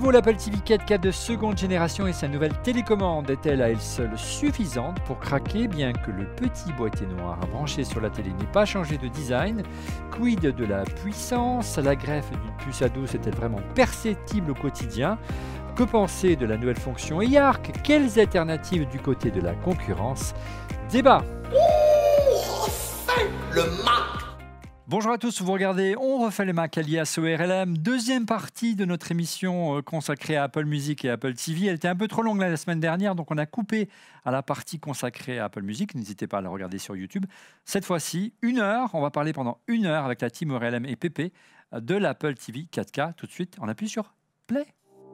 nouveau, l'Apple TV 4K de seconde génération et sa nouvelle télécommande est-elle à elle seule suffisante pour craquer, bien que le petit boîtier noir branché sur la télé n'ait pas changé de design? Quid de la puissance? La greffe d'une puce à 12 est-elle vraiment perceptible au quotidien? Que penser de la nouvelle fonction eARC? Quelles alternatives du côté de la concurrence? Débat. Enfin, le Mac. Bonjour à tous, vous regardez On refait les Mac alias ORLM, deuxième partie de notre émission consacrée à Apple Music et Apple TV. Elle était un peu trop longue la semaine dernière, donc on a coupé à la partie consacrée à Apple Music. N'hésitez pas à la regarder sur YouTube. Cette fois-ci, 1 heure, on va parler pendant 1 heure avec la team ORLM et Pépé de l'Apple TV 4K. Tout de suite, on appuie sur Play.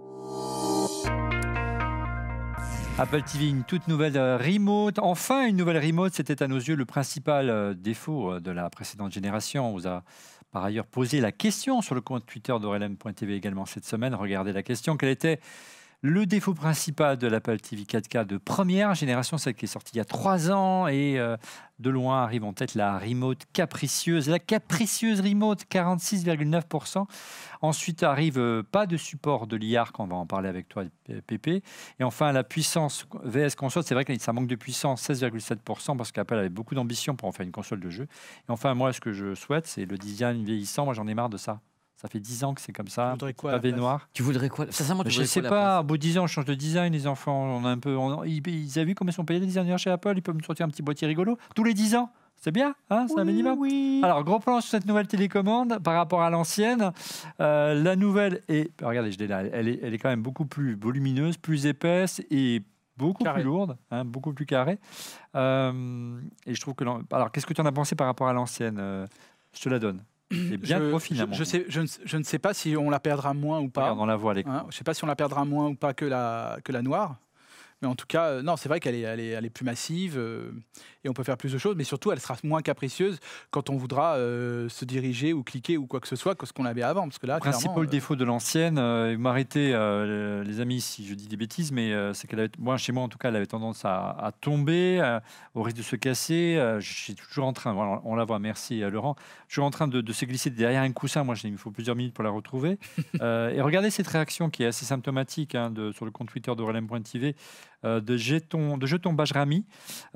Apple TV, une toute nouvelle remote. Enfin, une nouvelle remote, c'était à nos yeux le principal défaut de la précédente génération. On vous a par ailleurs posé la question sur le compte Twitter d'ORLM.tv également cette semaine. Regardez la question. Quel était le défaut principal de l'Apple TV 4K de première génération, celle qui est sortie il y a 3 ans et de loin arrive en tête la remote capricieuse. La capricieuse remote, 46,9%. Ensuite arrive pas de support de l'IARC, on va en parler avec toi Pépé. Et enfin la puissance VS console, c'est vrai que ça manque de puissance, 16,7% parce qu'Apple avait beaucoup d'ambition pour en faire une console de jeu. Et enfin moi ce que je souhaite c'est le design vieillissant, moi j'en ai marre de ça. Ça fait 10 ans que c'est comme ça, pavé noir. Tu voudrais quoi? Sincèrement, je ne sais pas, au bout de 10 ans, on change de design, les enfants. On a un peu, ils ont vu comment ils sont payés les designers chez Apple, ils peuvent me sortir un petit boîtier rigolo. Tous les 10 ans, c'est bien, hein, c'est un minimum. Oui. Alors, gros plan sur cette nouvelle télécommande par rapport à l'ancienne. La nouvelle est, regardez, je l'ai là, elle est quand même beaucoup plus volumineuse, plus épaisse et beaucoup plus lourde, hein, beaucoup plus carrée. Et je trouve que... Alors, qu'est-ce que tu en as pensé par rapport à l'ancienne? Je te la donne. C'est bien trop finalement. Je ne sais pas si on la perdra moins ou pas. Regarde, on la voit, je ne sais pas si on la perdra moins ou pas que la noire. Mais en tout cas, non, c'est vrai qu'elle est plus massive et on peut faire plus de choses. Mais surtout, elle sera moins capricieuse quand on voudra se diriger ou cliquer ou quoi que ce soit que ce qu'on avait avant. Parce que là, le principal défaut de l'ancienne, vous m'arrêtez les amis si je dis des bêtises, mais c'est qu'elle avait, moi, chez moi en tout cas, elle avait tendance à tomber, au risque de se casser. Je suis toujours en train, voilà, on la voit, merci Laurent, je suis en train de se glisser derrière un coussin. Moi, il me faut plusieurs minutes pour la retrouver. Et regardez cette réaction qui est assez symptomatique sur le compte Twitter d'ORLM.tv. De jetons Bajrami,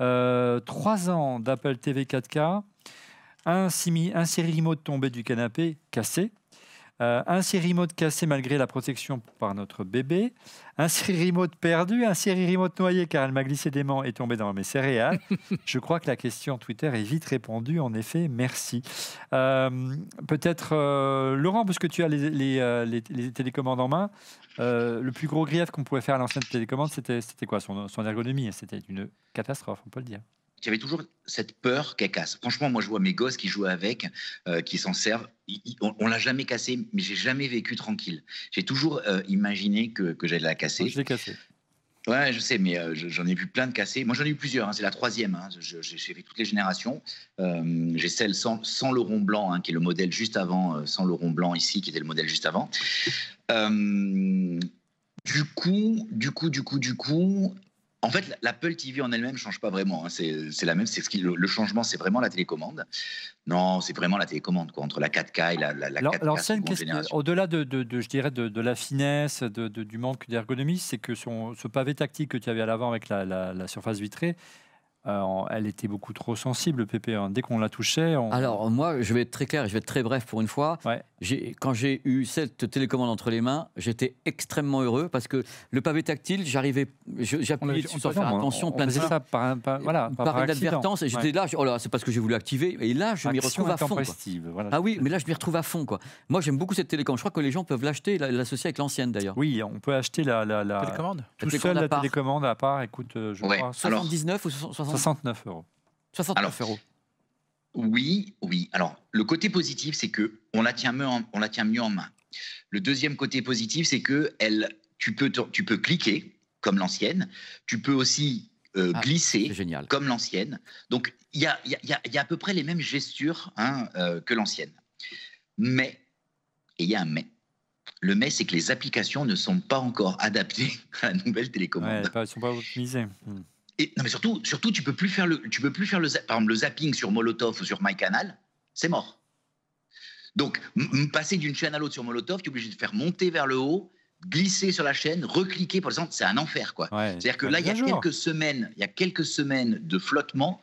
3 ans d'Apple TV 4K, un série remote tombé du canapé, cassé, un série remote cassé malgré la protection par notre bébé, un série remote perdu, un série remote noyé car elle m'a glissé des mains et tombé dans mes céréales. Je crois que la question Twitter est vite répondue, en effet, merci. Peut-être, Laurent, parce que tu as les télécommandes en main, le plus gros grief qu'on pouvait faire à l'ancienne télécommande, c'était quoi? Son ergonomie. C'était une catastrophe, on peut le dire. J'avais toujours cette peur qu'elle casse. Franchement, moi, je vois mes gosses qui jouent avec, qui s'en servent. On l'a jamais cassé, mais j'ai jamais vécu tranquille. J'ai toujours imaginé que j'allais la casser. Moi, je l'ai cassé. Ouais, je sais, mais j'en ai vu plein de cassés. Moi, j'en ai eu plusieurs. C'est la 3e. J'ai fait toutes les générations. J'ai celle sans le rond blanc, qui est le modèle juste avant, sans le rond blanc ici, qui était le modèle juste avant. Du coup, en fait, l'Apple TV en elle-même ne change pas vraiment. C'est la même. Le changement, c'est vraiment la télécommande. Non, c'est vraiment la télécommande, quoi, entre la 4K et la 4K. L'ancienne, au-delà je dirais de la finesse, du manque d'ergonomie, c'est que ce pavé tactile que tu avais à l'avant avec la surface vitrée, elle était beaucoup trop sensible, Pépé. Dès qu'on la touchait... Alors, moi, je vais être très clair et je vais être très bref pour une fois. Ouais. Quand j'ai eu cette télécommande entre les mains, j'étais extrêmement heureux parce que le pavé tactile, j'appuyais dessus sans faire attention. On faisait ça par inadvertance. Et j'étais là, oh là, c'est parce que j'ai voulu activer. Et là, je m'y retrouve à fond. Voilà. Ah oui, mais là, je m'y retrouve à fond, quoi. Moi, j'aime beaucoup cette télécommande. Je crois que les gens peuvent l'acheter, l'associer avec l'ancienne, d'ailleurs. Oui, on peut acheter la télécommande. Tout seul, la télécommande à part. Écoute, je crois... 79 ou 69 €. 69 €. Oui. Alors, le côté positif, c'est qu'on la tient mieux en main. Le deuxième côté positif, c'est que tu peux cliquer comme l'ancienne. Tu peux aussi glisser comme l'ancienne. Donc, il y a à peu près les mêmes gestures que l'ancienne. Mais, et il y a un mais. Le mais, c'est que les applications ne sont pas encore adaptées à la nouvelle télécommande. Ouais, elles ne sont pas optimisées. Et, non, mais surtout, tu peux plus faire par exemple, le zapping sur Molotov ou sur MyCanal, c'est mort. Donc, passer d'une chaîne à l'autre sur Molotov, tu es obligé de faire monter vers le haut glisser sur la chaîne, recliquer, par exemple, c'est un enfer, quoi. Ouais, C'est-à-dire que bah, là, il y mise a à jour. quelques semaines de flottement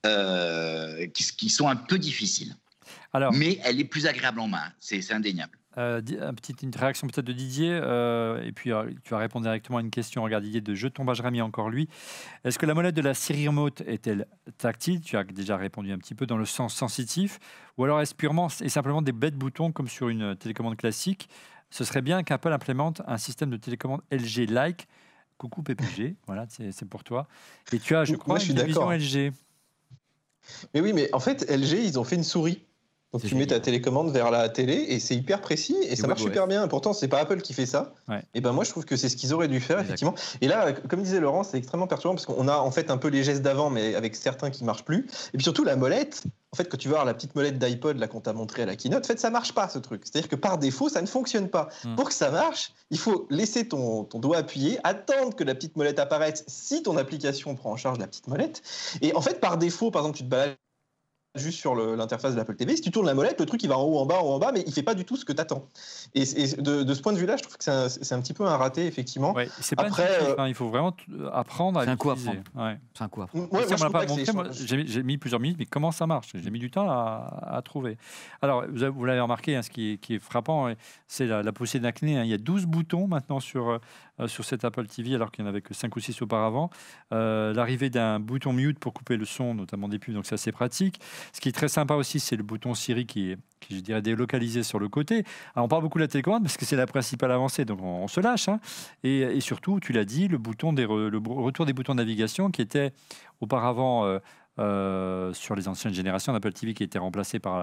qui sont un peu difficiles. Alors, Mais elle est plus agréable en main, c'est indéniable. une réaction peut-être de Didier, et puis tu vas répondre directement à une question. Regarde, Didier de Je Tombage Rémi, encore lui. Est-ce que la molette de la Siri Remote est-elle tactile? Tu as déjà répondu un petit peu dans le sens sensitif. Ou alors est-ce purement et simplement des bêtes boutons comme sur une télécommande classique? Ce serait bien qu'Apple implémente un système de télécommande LG-like. Coucou PPG, voilà, c'est pour toi. Et tu as, je crois, Moi, je suis une télévision d'accord. LG. Mais oui, mais en fait, LG, ils ont fait une souris. Donc C'est tu mets ta génial. télécommande vers la télé et c'est hyper précis et ça marche WebOS. super bien. Pourtant, c'est pas Apple qui fait ça. Ouais. Et ben moi, je trouve que c'est ce qu'ils auraient dû faire, Exact. effectivement. Et là, comme disait Laurent, c'est extrêmement perturbant parce qu'on a en fait un peu les gestes d'avant, mais avec certains qui marchent plus. Et puis surtout la molette. En fait, quand tu vas voir la petite molette d'iPod là qu'on t'a montré à la keynote, en fait, ça marche pas ce truc. C'est-à-dire que par défaut, ça ne fonctionne pas. Pour que ça marche, il faut laisser ton doigt appuyé, attendre que la petite molette apparaisse si ton application prend en charge la petite molette. Et en fait, par défaut, par exemple, tu te balades juste sur l'interface de l'Apple TV. Si tu tournes la molette, le truc il va en haut, en bas, mais il fait pas du tout ce que tu attends. Et de ce point de vue-là, je trouve que c'est un petit peu un raté, effectivement. Ouais, c'est pas Après, intuitif, hein, il faut vraiment apprendre à C'est un coup à l'utiliser. Ouais. C'est un coup à prendre. Ouais, Ça, moi, on je me l'a trouve pas pas que c'est... montré, moi, j'ai mis plusieurs minutes, mais comment ça marche? J'ai mis du temps à trouver. Alors, vous l'avez remarqué, hein, ce qui est frappant, c'est la poussée d'acné. Hein. Il y a 12 boutons maintenant sur cette Apple TV, alors qu'il n'y en avait que 5 ou 6 auparavant. L'arrivée d'un bouton mute pour couper le son, notamment des pubs, donc c'est assez pratique. Ce qui est très sympa aussi, c'est le bouton Siri qui est, je dirais, délocalisé sur le côté. Alors, on parle beaucoup de la télécommande parce que c'est la principale avancée, donc on se lâche. Hein. Et surtout, tu l'as dit, le retour des boutons de navigation qui était auparavant sur les anciennes générations d'Apple TV, qui était remplacé par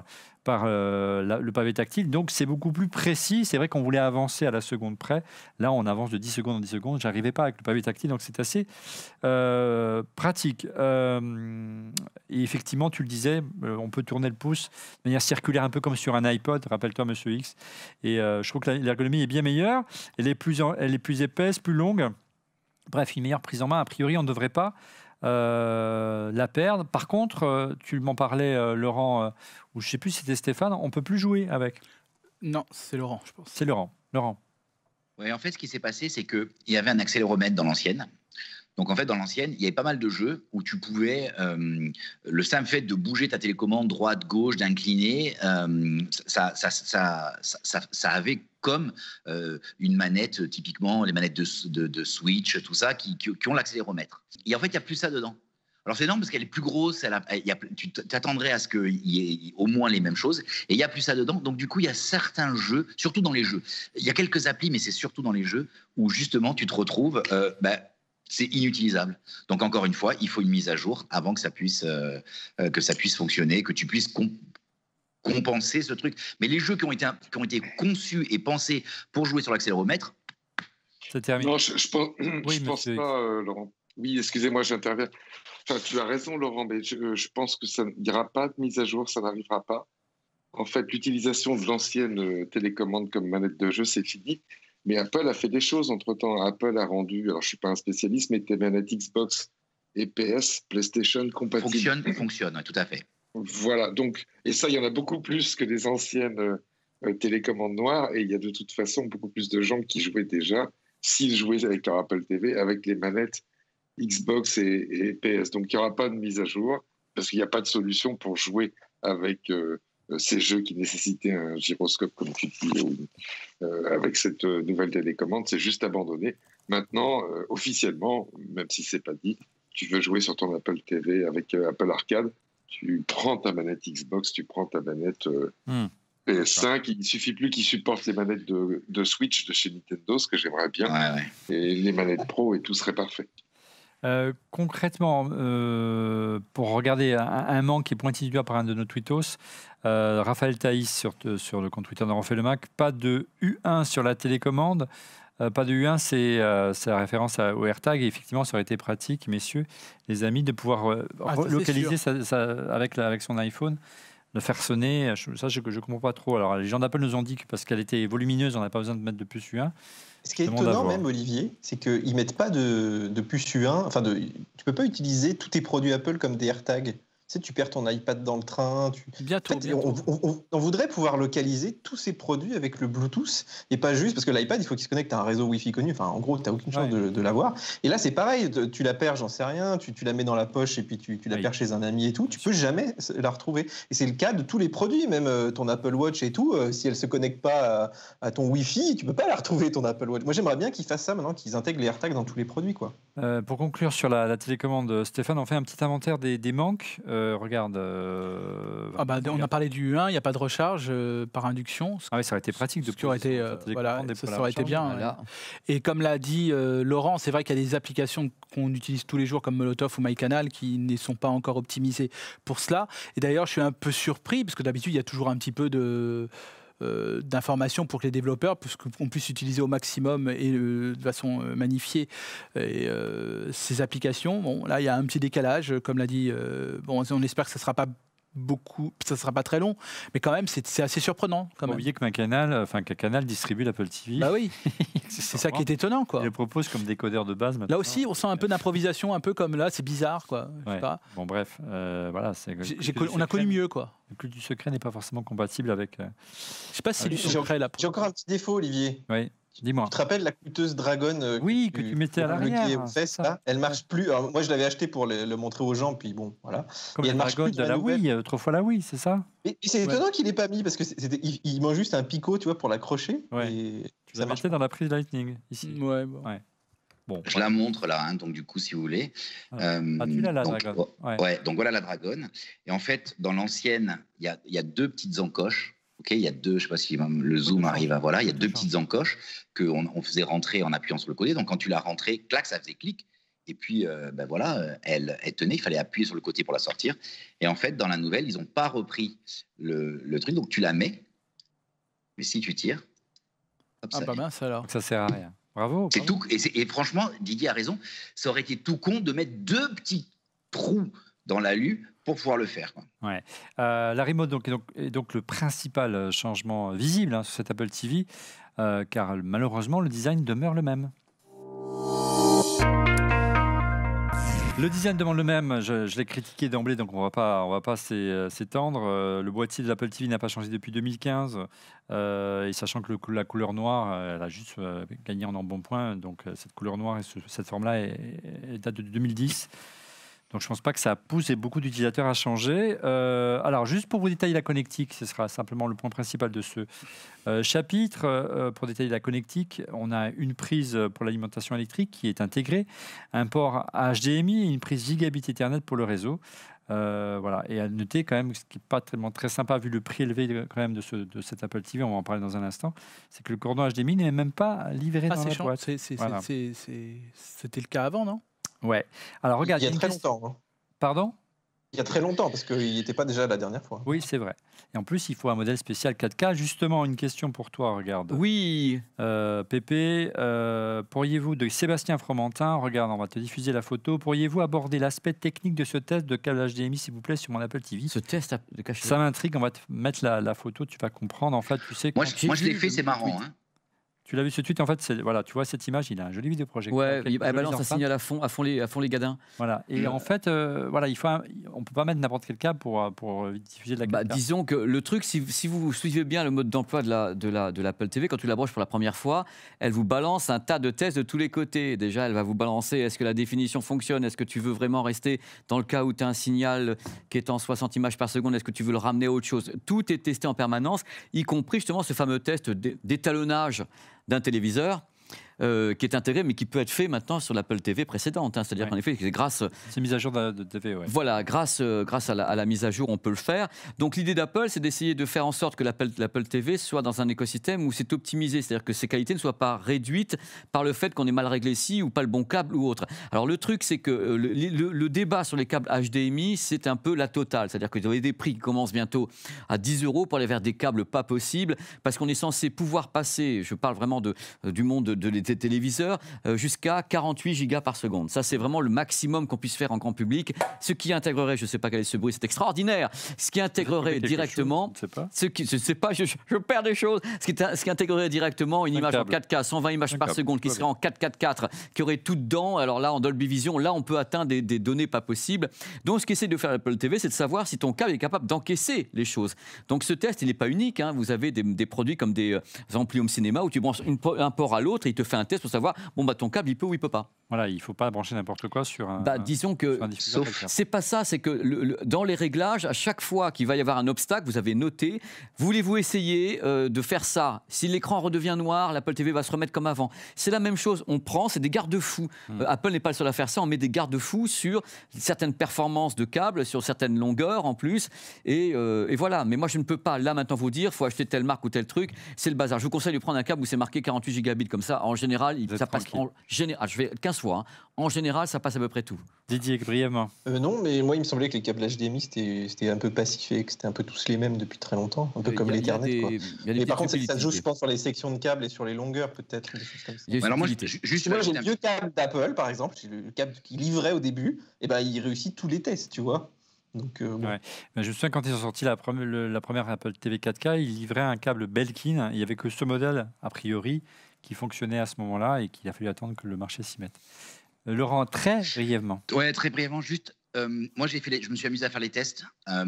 le pavé tactile. Donc, c'est beaucoup plus précis. C'est vrai qu'on voulait avancer à la seconde près. Là, on avance de 10 secondes en 10 secondes. Je n'arrivais pas avec le pavé tactile, donc c'est assez pratique. Et effectivement, tu le disais, on peut tourner le pouce de manière circulaire, un peu comme sur un iPod, rappelle-toi, Monsieur X. Et je trouve que l'ergonomie est bien meilleure. Elle est plus épaisse, plus longue. Bref, une meilleure prise en main. A priori, on ne devrait pas la perdre. Par contre, tu m'en parlais, Laurent, ou je ne sais plus si c'était Stéphane, on ne peut plus jouer avec. Non, c'est Laurent, je pense. C'est Laurent. Ouais, en fait, ce qui s'est passé, c'est qu'il y avait un accéléromètre dans l'ancienne. Donc, en fait, dans l'ancienne, il y avait pas mal de jeux où tu pouvais, le simple fait de bouger ta télécommande droite, gauche, d'incliner, ça avait comme une manette, typiquement les manettes de Switch, tout ça, qui ont l'accéléromètre. Et en fait, il n'y a plus ça dedans. Alors, c'est énorme parce qu'elle est plus grosse, tu t'attendrais à ce qu'il y ait au moins les mêmes choses, et il n'y a plus ça dedans. Donc, du coup, il y a certains jeux, surtout dans les jeux, il y a quelques applis, mais c'est surtout dans les jeux, où justement, tu te retrouves... c'est inutilisable. Donc, encore une fois, il faut une mise à jour avant que ça puisse fonctionner, que tu puisses compenser ce truc. Mais les jeux qui ont été conçus et pensés pour jouer sur l'accéléromètre... Ça termine. Non, je pense monsieur. pas, Laurent. Oui, excusez-moi, j'interviens. Enfin, tu as raison, Laurent, mais je pense que il n'y aura pas de mise à jour, ça n'arrivera pas. En fait, l'utilisation de l'ancienne télécommande comme manette de jeu, c'est fini. Mais Apple a fait des choses entre-temps. Apple a rendu, alors je ne suis pas un spécialiste, mais tes manettes Xbox et PS, PlayStation compatibles. Fonctionne, ouais, tout à fait. Voilà, donc, et ça, il y en a beaucoup plus que des anciennes télécommandes noires. Et il y a de toute façon beaucoup plus de gens qui jouaient déjà, s'ils jouaient avec leur Apple TV, avec les manettes Xbox et PS. Donc, il n'y aura pas de mise à jour parce qu'il n'y a pas de solution pour jouer avec ces jeux qui nécessitaient un gyroscope, comme tu dis, avec cette nouvelle télécommande. C'est juste abandonné. Maintenant, officiellement, même si ce n'est pas dit, tu veux jouer sur ton Apple TV avec Apple Arcade, tu prends ta manette Xbox, tu prends ta manette PS5. Il ne suffit plus qu'ils supportent les manettes de Switch de chez Nintendo, ce que j'aimerais bien. Ouais. Et les manettes Pro, et tout serait parfait. Concrètement, pour regarder un manque qui est pointé du doigt par un de nos tweetos, Raphaël Thaïs sur le compte Twitter de Refait le Mac, pas de U1 sur la télécommande. Pas de U1, c'est la référence au AirTag. Et effectivement, ça aurait été pratique, messieurs, les amis, de pouvoir localiser avec son iPhone, le faire sonner. Ça, je ne comprends pas trop. Alors, les gens d'Apple nous ont dit que parce qu'elle était volumineuse, on n'a pas besoin de mettre de puce U1. Ce qui est étonnant même, Olivier, c'est qu'ils ne mettent pas de puce U1. Enfin, tu ne peux pas utiliser tous tes produits Apple comme des AirTags. sais, tu perds ton iPad dans le train. Bientôt. En fait, on voudrait pouvoir localiser tous ces produits avec le Bluetooth et pas juste parce que l'iPad, il faut qu'il se connecte à un réseau Wi-Fi connu. Enfin, en gros, tu n'as aucune chance de l'avoir. Et là, c'est pareil. Tu la perds, j'en sais rien. Tu la mets dans la poche et puis tu la perds chez un ami et tout. Tu peux jamais la retrouver. Et c'est le cas de tous les produits, même ton Apple Watch et tout. Si elle se connecte pas à ton Wi-Fi, tu peux pas la retrouver, ton Apple Watch. Moi, j'aimerais bien qu'ils fassent ça maintenant, qu'ils intègrent les AirTags dans tous les produits, quoi. Pour conclure sur la télécommande, Stéphane, on fait un petit inventaire des manques. Regarde. On a parlé du U1, il n'y a pas de recharge par induction. Ah oui, ça aurait été pratique de ça aurait été bien. Voilà. Et comme l'a dit Laurent, c'est vrai qu'il y a des applications qu'on utilise tous les jours comme Molotov ou MyCanal qui ne sont pas encore optimisées pour cela. Et d'ailleurs, je suis un peu surpris parce que d'habitude, il y a toujours un petit peu d'informations pour que les développeurs qu'on puisse utiliser au maximum et de façon magnifiée ces applications. Bon, là, il y a un petit décalage, comme l'a dit. On espère que ça ne sera pas très long, mais quand même, c'est assez surprenant. Faut oublier que Canal distribue l'Apple TV. Bah oui, c'est ça qui est étonnant, quoi. Il le propose comme décodeur de base. Maintenant. Là aussi, on sent un peu d'improvisation, un peu comme là, c'est bizarre, quoi. Je sais pas. Bon, bref, voilà. On a connu mieux, quoi. Le culte du secret n'est pas forcément compatible avec. Je sais pas si c'est du secret là. J'ai encore un petit défaut, Olivier. Oui. Dis-moi. Tu te rappelles la coûteuse Dragon que tu mettais à l'arrière. Elle marche plus. Alors, moi, je l'avais acheté pour le montrer aux gens, puis bon, voilà. Comme la Dragon de la Wii, autrefois la Wii, c'est ça? Et c'est étonnant qu'il l'ait pas mis parce que il manque juste un picot, tu vois, pour l'accrocher. Ouais. Tu l'as marché dans la prise Lightning ici. Ouais. Bon, je la montre là, donc du coup, si vous voulez. Tu l'as la Dragon. Donc voilà la Dragon. Et en fait, dans l'ancienne, il y a deux petites encoches. Il y a deux, je ne sais pas si le zoom arrive à voilà, il y a deux petites encoches qu'on faisait rentrer en appuyant sur le côté. Donc quand tu la rentrais, clac, ça faisait clic. Et puis elle tenait, il fallait appuyer sur le côté pour la sortir. Et en fait, dans la nouvelle, ils n'ont pas repris le truc. Donc tu la mets, mais si tu tires, hop, pas mince alors. Donc ça sert à rien. Bravo. C'est tout. Et franchement, Didier a raison. Ça aurait été tout con de mettre deux petits trous dans l'alu pour pouvoir le faire. Quoi. Ouais. La remote est donc le principal changement visible sur cette Apple TV, car malheureusement le design demeure le même. Le design demande le même, je l'ai critiqué d'emblée, donc on va pas s'étendre. Le boîtier de l'Apple TV n'a pas changé depuis 2015, et sachant que la couleur noire, elle a juste gagné en embonpoint, donc cette couleur noire et cette forme-là date de 2010. Donc je ne pense pas que ça a poussé beaucoup d'utilisateurs à changer. Alors juste pour vous détailler la connectique, ce sera simplement le point principal de ce chapitre. Pour détailler la connectique, on a une prise pour l'alimentation électrique qui est intégrée, un port HDMI et une prise gigabit Ethernet pour le réseau. Voilà. Et à noter quand même, ce qui n'est pas très sympa vu le prix élevé quand même de cette Apple TV, on va en parler dans un instant, c'est que le cordon HDMI n'est même pas livré dans la boîte. C'était le cas avant, non? Ouais. Alors regarde, il y a très longtemps. Hein. Pardon? Il y a très longtemps, parce qu'il n'était pas déjà la dernière fois. Oui, c'est vrai. Et en plus, il faut un modèle spécial 4K. Justement, une question pour toi, regarde. Oui. Pépé, pourriez-vous, de Sébastien Fromentin, regarde, on va te diffuser la photo, pourriez-vous aborder l'aspect technique de ce test de câble HDMI, s'il vous plaît, sur mon Apple TV? Ce test de cachet. Ça m'intrigue, on va te mettre la photo, tu vas comprendre. En fait, tu sais... Moi, je l'ai fait, c'est marrant. Hein. Tu l'as vu ce tweet, en fait, voilà, tu vois cette image, il a un joli vidéoprojecteur. Ouais, elle balance un signal à fond les gadins. Voilà, et en fait, voilà, on peut pas mettre n'importe quel câble pour diffuser de la qualité. Disons que le truc, si vous suivez bien le mode d'emploi de l'Apple TV, quand tu la branches pour la première fois, elle vous balance un tas de tests de tous les côtés. Déjà, elle va vous balancer, est-ce que la définition fonctionne? Est-ce que tu veux vraiment rester dans le cas où tu as un signal qui est en 60 images par seconde? Est-ce que tu veux le ramener à autre chose? Tout est testé en permanence, y compris justement ce fameux test d'étalonnage d'un téléviseur qui est intégré, mais qui peut être fait maintenant sur l'Apple TV précédente. Hein. C'est-à-dire qu'en effet, c'est mise à jour de TV. Ouais. Voilà, grâce à la mise à jour, on peut le faire. Donc l'idée d'Apple, c'est d'essayer de faire en sorte que l'Apple TV soit dans un écosystème où c'est optimisé, c'est-à-dire que ses qualités ne soient pas réduites par le fait qu'on ait mal réglé ci ou pas le bon câble ou autre. Alors le truc, c'est que le débat sur les câbles HDMI, c'est un peu la totale. C'est-à-dire que vous avez des prix qui commencent bientôt à 10 € pour aller vers des câbles pas possibles, parce qu'on est censé pouvoir passer, je parle vraiment du monde des téléviseurs, jusqu'à 48 gigas par seconde. Ça, c'est vraiment le maximum qu'on puisse faire en grand public. Ce qui intégrerait, je ne sais pas quel est ce bruit, c'est extraordinaire, ce qui intégrerait directement... Je ne sais pas, je perds des choses. Ce qui intégrerait directement une image en 4K, 120 images par seconde, qui serait en 4K4, qui aurait tout dedans. Alors là, en Dolby Vision, là, on peut atteindre des données pas possibles. Donc, ce qu'essaie de faire Apple TV, c'est de savoir si ton câble est capable d'encaisser les choses. Donc, ce test, il n'est pas unique. Hein. Vous avez des produits comme des amplis home cinéma où tu branches un port à l'autre et il te fait un test pour savoir, ton câble, il peut ou il peut pas. Voilà, il ne faut pas brancher n'importe quoi sur un. Disons que c'est pas ça, c'est que dans les réglages, à chaque fois qu'il va y avoir un obstacle, vous avez noté, voulez-vous essayer de faire ça? Si l'écran redevient noir, l'Apple TV va se remettre comme avant. C'est la même chose, on prend, c'est des garde-fous. Apple n'est pas le seul à faire ça, on met des garde-fous sur certaines performances de câbles, sur certaines longueurs en plus, et voilà. Mais moi, je ne peux pas, là, maintenant, vous dire, il faut acheter telle marque ou tel truc, c'est le bazar. Je vous conseille de prendre un câble où c'est marqué 48 gigabits comme ça. En général, ça passe je vais 15 fois. Hein. En général, ça passe à peu près tout. Didier, brièvement. Non, mais moi, il me semblait que les câbles HDMI, c'était un peu passif et que c'était un peu tous les mêmes depuis très longtemps, un peu comme l'Ethernet. Mais par contre, ça se joue, je pense, sur les sections de câbles et sur les longueurs, peut-être, des choses comme ça. Alors moi, j'ai le vieux câble d'Apple, par exemple, le câble qui livrait au début, et il réussit tous les tests, tu vois. Donc, ouais. Mais je me souviens quand ils ont sorti la première Apple TV 4K, ils livraient un câble Belkin. Il n'y avait que ce modèle, a priori, qui fonctionnait à ce moment-là et qu'il a fallu attendre que le marché s'y mette. Laurent, très brièvement. Ouais, très brièvement, juste. Moi, je me suis amusé à faire les tests.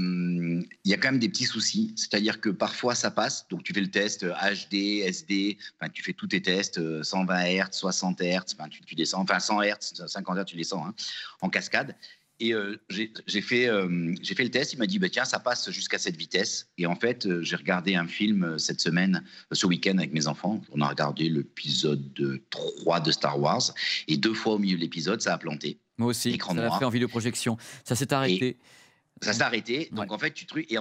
Il y a quand même des petits soucis. C'est-à-dire que parfois, ça passe. Donc, tu fais le test HD, SD. Tu fais tous tes tests 120 Hz, 60 Hz. Tu descends. 100 Hz, 50 Hz, tu descends en cascade. Et j'ai fait le test. Il m'a dit, tiens, ça passe jusqu'à cette vitesse. Et en fait, j'ai regardé un film cette semaine, ce week-end avec mes enfants. On a regardé l'épisode 3 de Star Wars. Et 2 fois au milieu de l'épisode, ça a planté. Moi aussi, ça l'a fait en vidéoprojection. Ça s'est arrêté. Ça s'est arrêté. Donc, en fait,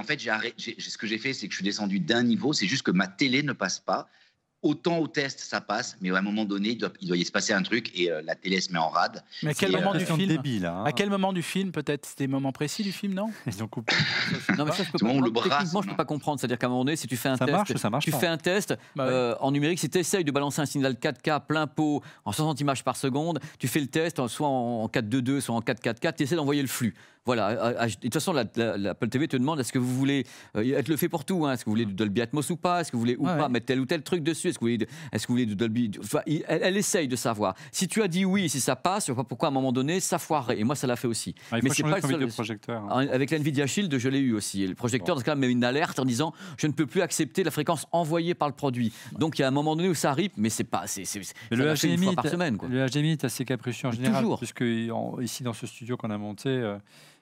ce que j'ai fait, c'est que je suis descendu d'un niveau. C'est juste que ma télé ne passe pas. Autant au test, ça passe, mais à un moment donné, il doit y se passer un truc et la télé se met en rade. Mais à quel moment du film débile, hein. À quel moment du film, peut-être? C'était des moments précis du film, non? Ils ont coupé. Non, mais ça, je peux pas. Techniquement, je peux pas comprendre. C'est-à-dire qu'à un moment donné, si tu fais un test, tu fais un test en numérique, si tu essayes de balancer un signal 4K plein pot en 60 images par seconde, tu fais le test soit en 4.2.2, soit en 4.4.4, tu essaies d'envoyer le flux. Voilà. De toute façon, l'Apple TV te demande est-ce que vous voulez. Elle te le fait pour tout. Hein, est-ce que vous voulez du Dolby Atmos ou pas? Est-ce que vous voulez pas mettre tel ou tel truc dessus? Est-ce que vous voulez du Dolby. Enfin, elle essaye de savoir. Si tu as dit oui, si ça passe, je ne sais pas pourquoi à un moment donné, ça foirerait. Et moi, ça l'a fait aussi. Il faut mais c'est pas le vidéoprojecteur. Hein. Avec l'NVIDIA Shield, je l'ai eu aussi. Et le projecteur, dans ce cas, met une alerte en disant je ne peux plus accepter la fréquence envoyée par le produit. Donc, il y a un moment donné où ça rip, mais c'est pas. Le HDMI, une fois par semaine, quoi. Le HDMI est assez capricieux en général. Toujours. Puisque ici, dans ce studio qu'on a monté.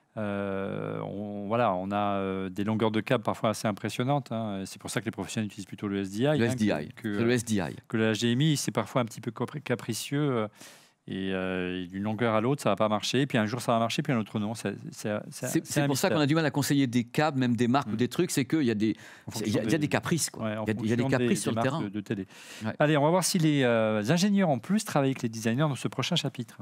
On a des longueurs de câble parfois assez impressionnantes. Hein. C'est pour ça que les professionnels utilisent plutôt le SDI. Le SDI. Que le HDMI, c'est parfois un petit peu capricieux. Et d'une longueur à l'autre, ça ne va pas marcher. Puis un jour, ça va marcher, puis un autre non. C'est pour ça qu'on a du mal à conseiller des câbles, même des marques ou des trucs. C'est qu'il y a des caprices. Quoi. Ouais, il y a des caprices sur le terrain. De télé. Ouais. Allez, on va voir si les ingénieurs en plus travaillent avec les designers dans ce prochain chapitre.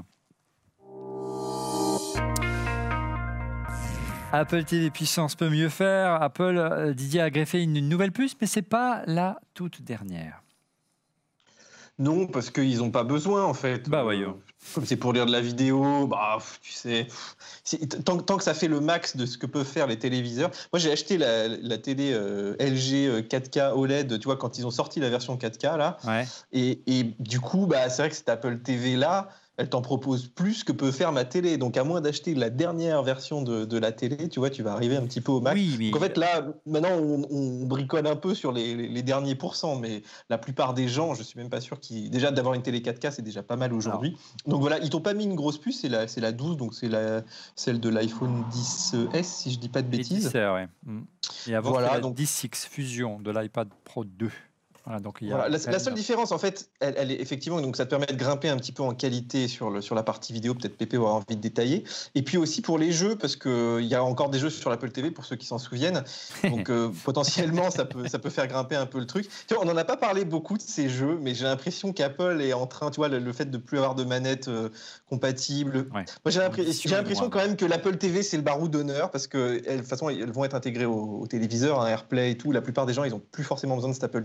Apple TV puissance peut mieux faire. Apple, Didier a greffé une nouvelle puce, mais ce n'est pas la toute dernière. Non, parce qu'ils n'ont pas besoin, en fait. Comme c'est pour lire de la vidéo, tu sais, tant que ça fait le max de ce que peuvent faire les téléviseurs. Moi, j'ai acheté la télé LG 4K OLED, tu vois, quand ils ont sorti la version 4K, là. Ouais. Et du coup, c'est vrai que cette Apple TV, là, elle t'en propose plus que peut faire ma télé. Donc, à moins d'acheter la dernière version de la télé, tu vois, tu vas arriver un petit peu au max. Oui, mais... Donc, en fait, là, maintenant, on bricole un peu sur les derniers pourcents, mais la plupart des gens, je suis même pas sûr déjà, d'avoir une télé 4K, c'est déjà pas mal aujourd'hui. Donc, voilà, ils t'ont pas mis une grosse puce, c'est la 12, donc c'est celle de l'iPhone 10S, si je dis pas de bêtises. Ouais. Et avant, voilà, donc 10X Fusion de l'iPad Pro 2. Voilà, donc la seule différence, en fait, elle est effectivement, donc ça te permet de grimper un petit peu en qualité sur la partie vidéo, peut-être Pépé aura envie de détailler, et puis aussi pour les jeux, parce qu'il y a encore des jeux sur l'Apple TV, pour ceux qui s'en souviennent, donc potentiellement ça peut faire grimper un peu le truc. Tu vois, on n'en a pas parlé beaucoup de ces jeux, mais j'ai l'impression qu'Apple est en train, tu vois, le fait de ne plus avoir de manette compatible. Ouais. Moi j'ai l'impression quand même que l'Apple TV c'est le barreau d'honneur, parce que de toute façon elles vont être intégrées au téléviseur, AirPlay et tout, la plupart des gens ils n'ont plus forcément besoin de cette Apple TV.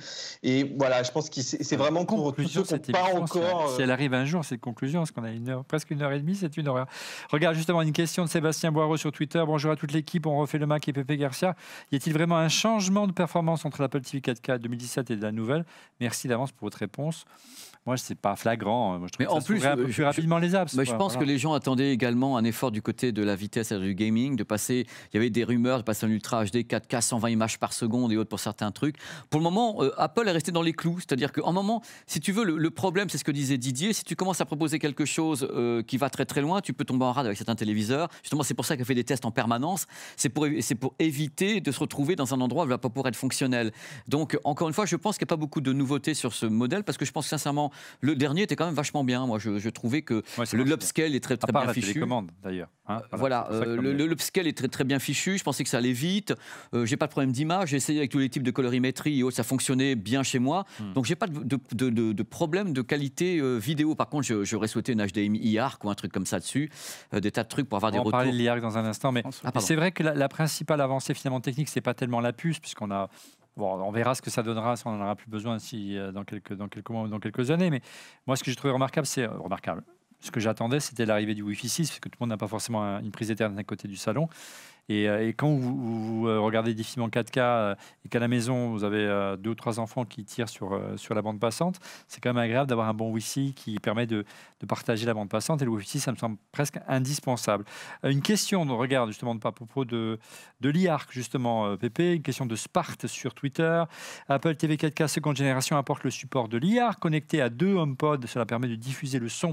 Et voilà, je pense que c'est vraiment pour tous ceux qui n'ont pas encore... Si elle arrive un jour, cette conclusion, parce qu'on a presque 1h30, c'est une horreur. Regarde justement une question de Sébastien Boireau sur Twitter. Bonjour à toute l'équipe, on refait le Mac et Pépé Garcia. Y a-t-il vraiment un changement de performance entre l'Apple TV 4K 2017 et de la nouvelle? Merci d'avance pour votre réponse. Moi, c'est pas flagrant. Moi, je trouve Mais que en ça plus, s'ouvrait un peu plus rapidement les apps. Je pense que les gens attendaient également un effort du côté de la vitesse et du gaming, de passer. Il y avait des rumeurs de passer en Ultra HD 4K 120 images par seconde et autres pour certains trucs. Pour le moment, Apple est resté dans les clous. C'est-à-dire qu'en moment, si tu veux, le problème, c'est ce que disait Didier. Si tu commences à proposer quelque chose qui va très très loin, tu peux tomber en rade avec certains téléviseurs. Justement, c'est pour ça qu'elle fait des tests en permanence. C'est pour éviter de se retrouver dans un endroit où elle va pas pouvoir être fonctionnelle. Donc, encore une fois, je pense qu'il n'y a pas beaucoup de nouveautés sur ce modèle parce que je pense sincèrement, le dernier était quand même vachement bien. Moi, je trouvais que l'upscale est très très bien fichu. La télécommande d'ailleurs. Hein, voilà, l'upscale est très très bien fichu. Je pensais que ça allait vite. J'ai pas de problème d'image. J'ai essayé avec tous les types de colorimétrie et autres, ça fonctionnait bien chez moi. Donc j'ai pas de problème de qualité vidéo. Par contre, j'aurais souhaité une HDMI iArc ou un truc comme ça dessus, des tas de trucs pour avoir des retours. On va parler de l'iArc dans un instant, mais c'est vrai que la principale avancée finalement technique, c'est pas tellement la puce, puisqu'on a. Bon, on verra ce que ça donnera si on n'en aura plus besoin dans quelques mois ou dans quelques années. Mais moi, ce que j'ai trouvé remarquable, c'est remarquable. Ce que j'attendais, c'était l'arrivée du Wi-Fi 6, parce que tout le monde n'a pas forcément une prise Ethernet à côté du salon. Et quand vous regardez des films en 4K et qu'à la maison, vous avez 2 ou 3 enfants qui tirent sur la bande passante, c'est quand même agréable d'avoir un bon Wi-Fi qui permet de partager la bande passante. Et le Wi-Fi, ça me semble presque indispensable. Une question, regarde justement à propos de l'iArc, justement, Pépé, une question de Sparte sur Twitter. Apple TV 4K seconde génération apporte le support de l'iArc connecté à 2 HomePod. Cela permet de diffuser le son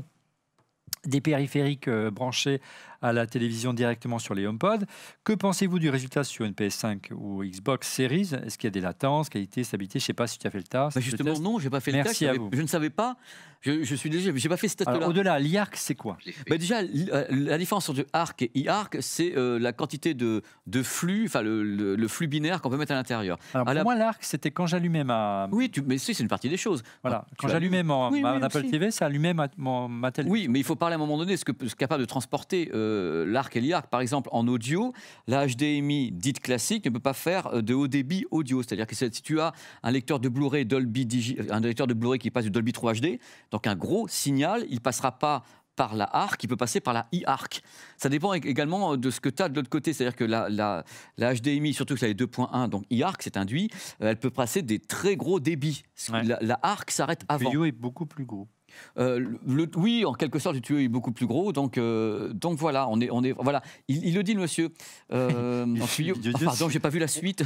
des périphériques branchés à la télévision directement sur les HomePod. Que pensez-vous du résultat sur une PS5 ou Xbox Series? Est-ce qu'il y a des latences, qualité, stabilité? Je ne sais pas si tu as fait le test. Justement, non, je n'ai pas fait le test. Merci à vous. Je ne savais pas. Je suis déjà, j'ai pas fait ce test-là. Au-delà, l'iArc, c'est quoi? Déjà, la différence entre Arc et iArc, c'est la quantité de flux, enfin le flux binaire qu'on peut mettre à l'intérieur. Alors, pour moi, l'Arc, c'était quand j'allumais ma... Oui, mais c'est une partie des choses. Voilà. Quand j'allumais ma Apple TV, ça allumait ma télévision. Oui, mais il faut parler à un moment donné de ce que capable de transporter l'Arc et l'iArc. Par exemple, en audio, la HDMI dite classique ne peut pas faire de haut débit audio. C'est-à-dire que si tu as un lecteur de Blu-ray un lecteur de Blu-ray qui passe du Dolby 3 HD, donc un gros signal, il ne passera pas par la ARC, il peut passer par la iArc. Ça dépend également de ce que tu as de l'autre côté. C'est-à-dire que la HDMI, surtout que ça est 2.1, donc iArc, c'est induit, elle peut passer des très gros débits. Ouais. La ARC s'arrête avant. Le tuyau est beaucoup plus gros. Oui, en quelque sorte, le tuyau est beaucoup plus gros. Donc voilà, voilà. Il le dit, le monsieur. Pardon, j'ai pas vu la suite.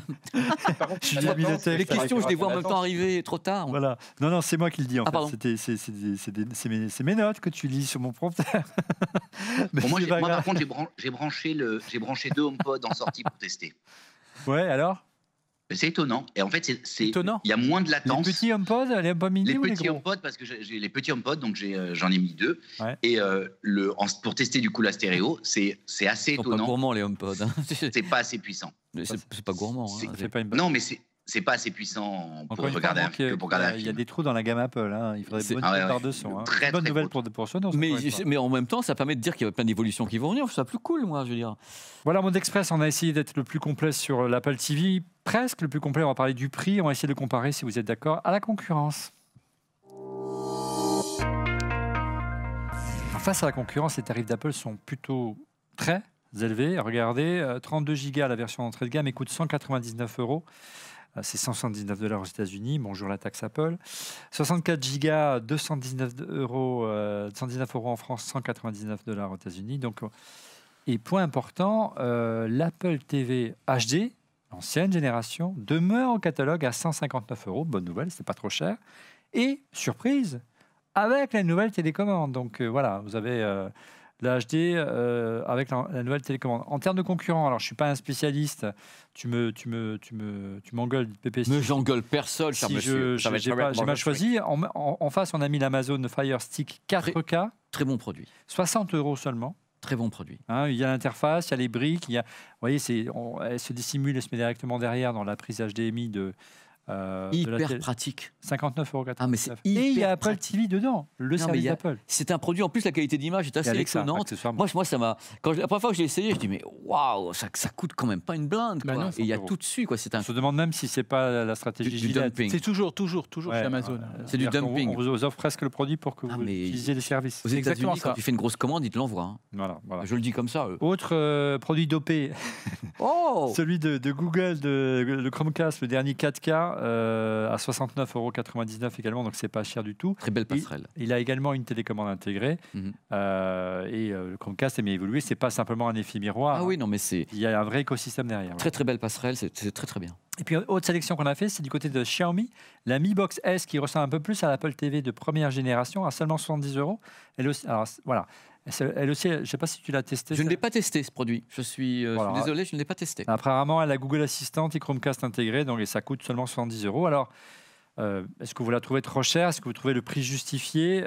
Les questions, je les vois en même temps arriver trop tard. Voilà. Non, c'est moi qui le dis. En fait. C'est mes notes que tu lis sur mon prompteur. Moi, par contre, j'ai branché 2 HomePod en sortie pour tester. Ouais, alors? C'est étonnant. Et en fait, c'est étonnant. Il y a moins de latence. Les petits HomePod, les HomePod mini ou les gros? HomePod, parce que j'ai les petits HomePod, donc j'en ai mis 2. Ouais. Et pour tester du coup la stéréo, c'est assez étonnant. C'est pas gourmand les HomePod. Hein. C'est pas assez puissant. C'est pas gourmand. C'est pas une bonne... Non, mais c'est pas assez puissant pour regarder un film. Il y a des trous dans la gamme Apple. Hein. Il faudrait bonne part de son. Très bonne nouvelle pour ce mais en même temps, ça permet de dire qu'il y a plein d'évolutions qui vont venir. Je trouve ça plus cool, moi, je veux dire. Voilà, Monde Express, on a essayé d'être le plus complet sur l'Apple TV. Presque le plus complet. On va parler du prix. On va essayer de comparer, si vous êtes d'accord, à la concurrence. Face à la concurrence, les tarifs d'Apple sont plutôt très élevés. Regardez, 32 Go la version d'entrée de gamme, et coûte 199 €. C'est 179 $ aux États-Unis. Bonjour la taxe Apple. 64 Go, 219 €, 119 € en France, 199 $ aux États-Unis. Donc, et point important, l'Apple TV HD, l'ancienne génération, demeure au catalogue à 159 €. Bonne nouvelle, c'est pas trop cher. Et surprise, avec la nouvelle télécommande. Donc voilà, vous avez la HD avec la nouvelle télécommande. En termes de concurrents, alors je suis pas un spécialiste. Tu m'engueules, Pépé. Mais j'engueule personne, cher monsieur. J'ai mal choisi. En face, on a mis l'Amazon Fire Stick 4K. Très bon produit. 60 € seulement. Très bon produit. Hein, il y a l'interface, il y a les briques. Vous voyez, elle se dissimule, elle se met directement derrière dans la prise HDMI Hyper pratique. 59,99 €. Ah, mais c'est Et il y hyper a Apple pratique. TV dedans, le Non, service mais d'Apple. C'est un produit, en plus, la qualité d'image est assez Alexa, étonnante. accessoirement. Moi, ça m'a. La première fois que j'ai essayé, je dis mais waouh, ça coûte quand même pas une blinde. Bah Quoi. non, Et il y a 100 €. tout dessus, quoi. C'est On se demande même si c'est pas la stratégie du Gillette. dumping. C'est toujours Ouais, chez Amazon. C'est du C'est-à-dire qu'on dumping. On vous offre presque le produit pour que Ah, vous mais- utilisiez les services. Aux C'est exactement États-Unis, ça. quand tu fais une grosse commande, ils te l'envoient. Hein. Voilà. Je le dis comme ça. Autre produit dopé, Oh celui de Google, le Chromecast, le dernier 4K, à 69,99 € également, donc c'est pas cher du tout. Très belle passerelle. Il a également une télécommande intégrée Mhm. Le Chromecast est bien évolué. C'est pas simplement un effet miroir. Ah oui, non, mais c'est Il y a un vrai écosystème derrière. très très belle passerelle, c'est très très bien. Et puis, autre sélection qu'on a fait, c'est du côté de Xiaomi, la Mi Box S qui ressemble un peu plus à l'Apple TV de première génération, à seulement 70 €. Elle aussi, alors, voilà. Elle aussi, je ne sais pas si tu l'as testé. Je ne l'ai pas testé ce produit. Je suis Voilà. désolé, je ne l'ai pas testé. Apparemment, elle a Google Assistant et Chromecast intégrés, donc et ça coûte seulement 70 €. Alors, est-ce que vous la trouvez trop chère? Est-ce que vous trouvez le prix justifié,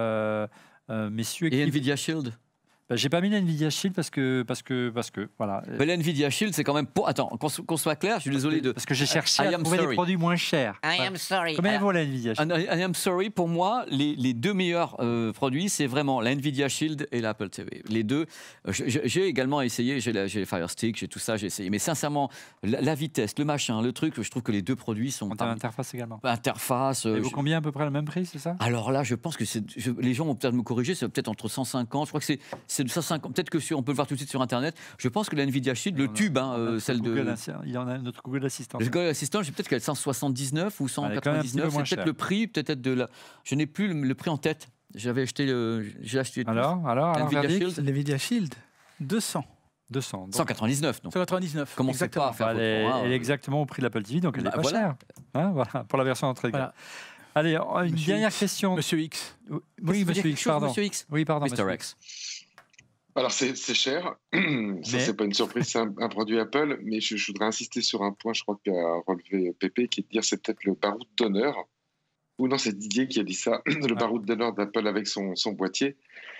messieurs? Et Nvidia Shield. J'ai pas mis la Nvidia Shield parce que voilà. Mais la Nvidia Shield, c'est quand même pour. Attends, qu'on soit clair, je suis désolé de. Parce que j'ai cherché I à am trouver sorry. des produits moins chers. I am sorry. Combien vaut la Nvidia Shield? I am sorry, pour moi, les deux meilleurs produits, c'est vraiment la Nvidia Shield et l'Apple TV. Les deux, j'ai également essayé, j'ai le Fire Stick, j'ai tout ça, j'ai essayé. Mais sincèrement, la vitesse, le machin, le truc, je trouve que les deux produits sont. En termes d'interface également. Interface. Et vaut combien à peu près le même prix, c'est ça? Alors là, je pense que les gens vont peut-être me corriger, c'est peut-être entre 150, je crois que c'est de 150, peut-être que on peut le voir tout de suite sur Internet. Je pense que la Nvidia Shield, le tube, celle de... Il y en a notre Google Assistant. Le Google Assistant, j'ai peut-être qu'elle est 179 ou Elle est quand même un petit 199, peu moins c'est peut-être chère. le prix, peut-être de la... Je n'ai plus le prix en tête. J'ai acheté Alors, Nvidia verdict Shield, Nvidia Shield, 200. 200. Donc, 199. Donc. 199. Comment c'est exactement. pas à faire elle est, votre- elle est exactement au prix de l'Apple TV, donc elle Bah, est pas voilà. chère. Hein, voilà, pour la version entrée de gamme. Voilà. Allez, une Monsieur dernière X. question. Monsieur X. Oui, Vous dire Monsieur quelque X, chose, pardon. Monsieur X Oui, pardon. Mr. Monsieur X. Alors, c'est cher. Ça, c'est pas une surprise, c'est un produit Apple. Mais je voudrais insister sur un point, je crois qu'a relevé Pépé, qui est de dire c'est peut-être le baroud d'honneur. Ou non, c'est Didier qui a dit ça, le baroud d'honneur d'Apple avec son boîtier.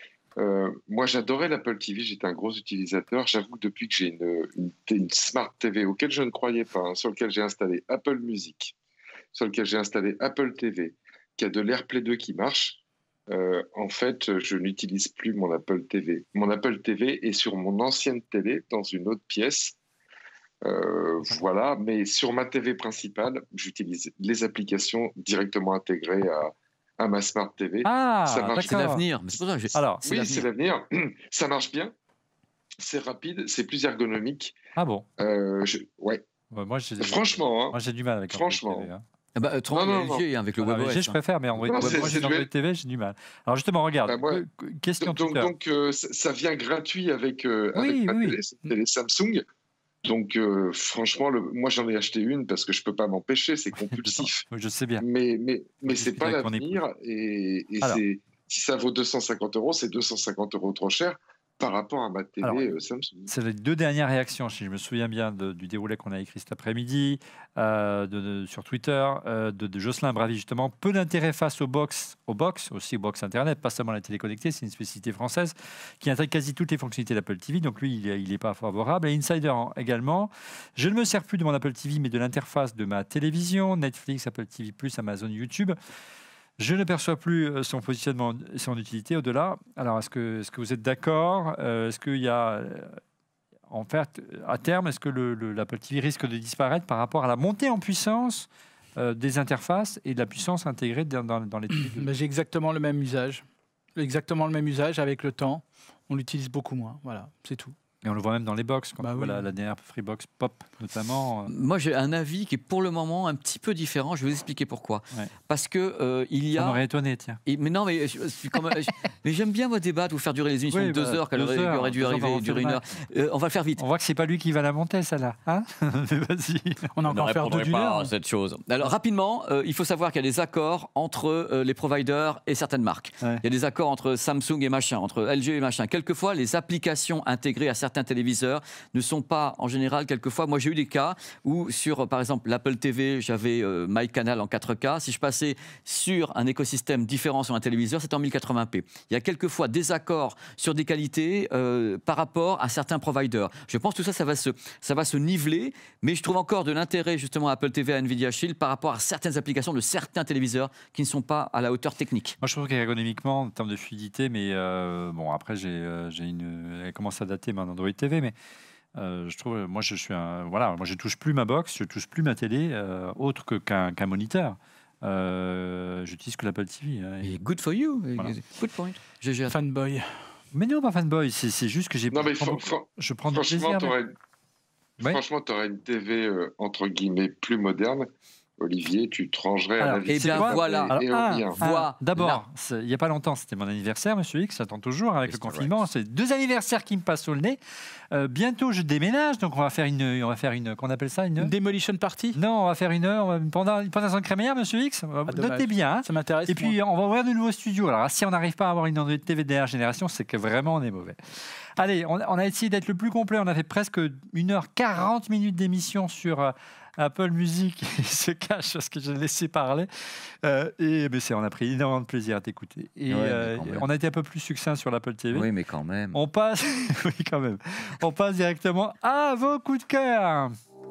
Moi, j'adorais l'Apple TV, j'étais un gros utilisateur. J'avoue que depuis que j'ai une Smart TV auquel je ne croyais pas, hein, sur lequel j'ai installé Apple Music, sur lequel j'ai installé Apple TV, qui a de l'AirPlay 2 qui marche, en fait, je n'utilise plus mon Apple TV. Mon Apple TV est sur mon ancienne télé, dans une autre pièce. Voilà, mais sur ma TV principale, j'utilise les applications directement intégrées à ma Smart TV. Ah, Ça marche. C'est d'accord. l'avenir. Mais c'est pour ça que j'ai- Alors, c'est Oui, l'avenir. c'est l'avenir. Ça marche bien. C'est rapide, c'est plus ergonomique. Ah bon. Ouais. Ouais, moi, j'ai Franchement, hein. moi, j'ai du mal avec Franchement. Android TV. Hein. Ah bah, autrement, Non, il y a non, LG avec le Voilà, WebOS. LG, je préfère, mais Android, Non, moi, c'est j'ai du- Android TV, j'ai du mal. Alors justement, regarde, Bah, moi- question Twitter. Donc, ça vient gratuit avec ma oui. télé, c'est une télé Samsung. Donc, franchement, moi, j'en ai acheté une parce que je peux pas m'empêcher, c'est compulsif. Je sais bien. Mais c'est discuter pas avec ton l'avenir. Et Alors. si ça vaut 250 €, c'est 250 € trop cher par rapport à ma télé Alors. Samsung. C'est les deux dernières réactions, si je me souviens bien du déroulé qu'on a écrit cet après-midi, sur Twitter, de Jocelyn Bravy, justement. Peu d'intérêt face aux box, aussi aux box Internet, pas seulement la télé connectée, c'est une spécificité française, qui intègre quasi toutes les fonctionnalités d'Apple TV. Donc lui, il n'est pas favorable. Et Insider également. Je ne me sers plus de mon Apple TV, mais de l'interface de ma télévision, Netflix, Apple TV+, Amazon, YouTube. Je ne perçois plus son positionnement et son utilité au-delà. Alors, est-ce que vous êtes d'accord? Est-ce qu'il y a, en fait, à terme, est-ce que l'Apple TV risque de disparaître par rapport à la montée en puissance des interfaces et de la puissance intégrée dans les télé? J'ai exactement le même usage. Exactement le même usage avec le temps. On l'utilise beaucoup moins. Voilà, c'est tout. Et on le voit même dans les box, quand Bah on voit oui. la dernière Freebox Pop, notamment. Moi, j'ai un avis qui est pour le moment un petit peu différent. Je vais vous expliquer pourquoi. Ouais. Parce que il y Ça a. m'aurait étonné, tiens. Mais non, mais mais j'aime bien votre débat, vous faire durer les émissions Oui, de 2 bah, heures, qu'elle 2 aurait, heures, qui aurait dû 2 heures, arriver, on durer une fait heure. On va le faire vite. On voit que c'est pas lui qui va la monter, celle-là. Hein. Mais vas-y. On a encore faire deux d'une heure. cette chose. Alors rapidement, il faut savoir qu'il y a des accords entre les providers et certaines marques. Ouais. Il y a des accords entre Samsung et machin, entre LG et machin. Quelquefois, les applications intégrées à certains certains téléviseurs ne sont pas, en général, quelquefois, moi j'ai eu des cas où sur, par exemple, l'Apple TV, j'avais MyCanal en 4K. Si je passais sur un écosystème différent sur un téléviseur, c'est en 1080p. Il y a quelquefois des accords sur des qualités par rapport à certains providers. Je pense que tout ça, ça va se niveler, mais je trouve encore de l'intérêt justement à Apple TV, à Nvidia Shield par rapport à certaines applications de certains téléviseurs qui ne sont pas à la hauteur technique. Moi, je trouve qu'ergonomiquement, en termes de fluidité, mais bon, après, elle commence à dater mon Android TV, mais je trouve, moi, moi, je touche plus ma box, je touche plus ma télé, autre qu'un moniteur. J'utilise que l'Apple TV. Et good for you. Voilà. Good point. GG. Fanboy. Mais non, pas fanboy, c'est juste que je prends du plaisir. Franchement, tu aurais une TV, entre guillemets, plus moderne. Olivier, tu te rangerais à la vie. Et bien voilà. D'abord, il n'y a pas longtemps, c'était mon anniversaire, Monsieur X, j'attends toujours avec le confinement. C'est 2 anniversaires qui me passent sous le nez. Bientôt, je déménage, donc on va faire une qu'on appelle ça une Demolition Party. Non, on va faire une pendant crémaillère, Monsieur X. Notez bien. Hein. Ça m'intéresse. Et puis, on va ouvrir de nouveaux studios. Alors, si on n'arrive pas à avoir une Android TV de dernière génération, c'est que vraiment on est mauvais. Allez, on a essayé d'être le plus complet. On a fait presque 1h40 d'émission sur Apple Music. Il se cache parce que je l'ai laissé parler. On a pris énormément de plaisir à t'écouter. Et on a été un peu plus succinct sur l'Apple TV. Oui, mais quand même. On passe, oui, quand même. On passe directement à vos coups de cœur.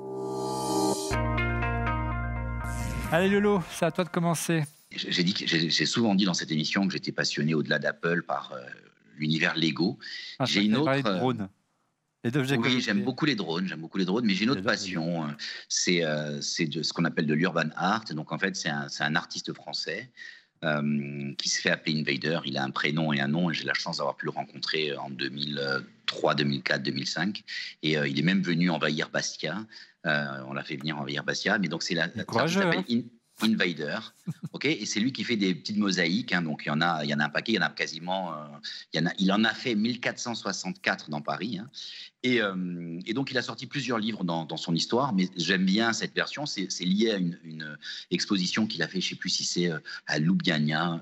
Allez Lolo, c'est à toi de commencer. J'ai souvent dit dans cette émission que j'étais passionné au-delà d'Apple par l'univers Lego. J'ai une autre. De drones. Oui, j'aime beaucoup les drones, mais j'ai une autre passion. C'est ce qu'on appelle de l'urban art. Donc en fait, c'est un artiste français qui se fait appeler Invader. Il a un prénom et un nom, et j'ai la chance d'avoir pu le rencontrer en 2003, 2004, 2005. Et il est même venu envahir Bastia. On l'a fait venir envahir Bastia. Mais donc c'est courageux, Invader, ok, et c'est lui qui fait des petites mosaïques, hein, donc il y en a un paquet, il y en a quasiment, il en a fait 1464 dans Paris, hein, et donc il a sorti plusieurs livres dans son histoire, mais j'aime bien cette version, c'est lié à une exposition qu'il a fait, je ne sais plus si c'est à Ljubljana,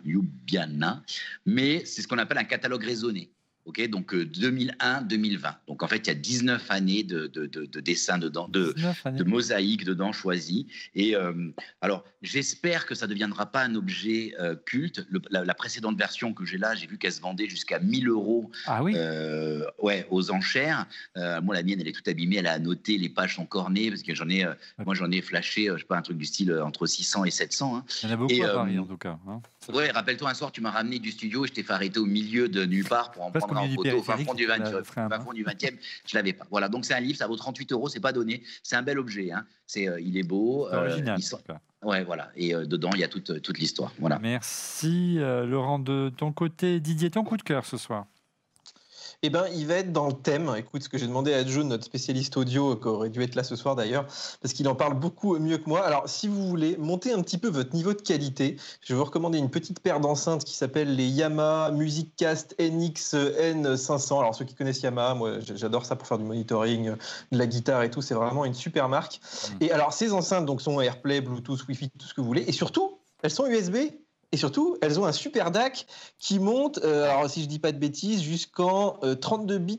mais c'est ce qu'on appelle un catalogue raisonné. Ok, donc 2001-2020. Donc en fait, il y a 19 années de dessins dedans, de mosaïques dedans choisis. Et alors, j'espère que ça ne deviendra pas un objet culte. La précédente version que j'ai là, j'ai vu qu'elle se vendait jusqu'à 1 000 €. Ah oui. Aux enchères. Moi, la mienne, elle est toute abîmée. Elle a annoté, les pages sont cornées parce que moi, j'en ai flashé, je sais pas, un truc du style entre 600 et 700. Hein. Il y en a beaucoup à Paris, en tout cas. Hein. Ouais, rappelle-toi, un soir, tu m'as ramené du studio et je t'ai fait arrêter au milieu de nulle part pour en prendre en photo au fin fond du 20e. Je l'avais pas. Voilà, donc c'est un livre, ça vaut 38 €, c'est pas donné. C'est un bel objet. Hein. Il est beau. Original. Ouais, voilà. Et dedans, il y a toute l'histoire. Voilà. Merci, Laurent. De ton côté, Didier, ton coup de cœur ce soir. Eh ben, il va être dans le thème. Écoute, ce que j'ai demandé à June, notre spécialiste audio, qui aurait dû être là ce soir d'ailleurs, parce qu'il en parle beaucoup mieux que moi. Alors, si vous voulez monter un petit peu votre niveau de qualité, je vais vous recommander une petite paire d'enceintes qui s'appelle les Yamaha Musicast NX N500. Alors, ceux qui connaissent Yamaha, moi, j'adore ça pour faire du monitoring, de la guitare et tout. C'est vraiment une super marque. Et alors, ces enceintes donc, sont AirPlay, Bluetooth, Wi-Fi, tout ce que vous voulez. Et surtout, elles sont USB. Et surtout, elles ont un super DAC qui monte, alors si je ne dis pas de bêtises, jusqu'en 32 bits,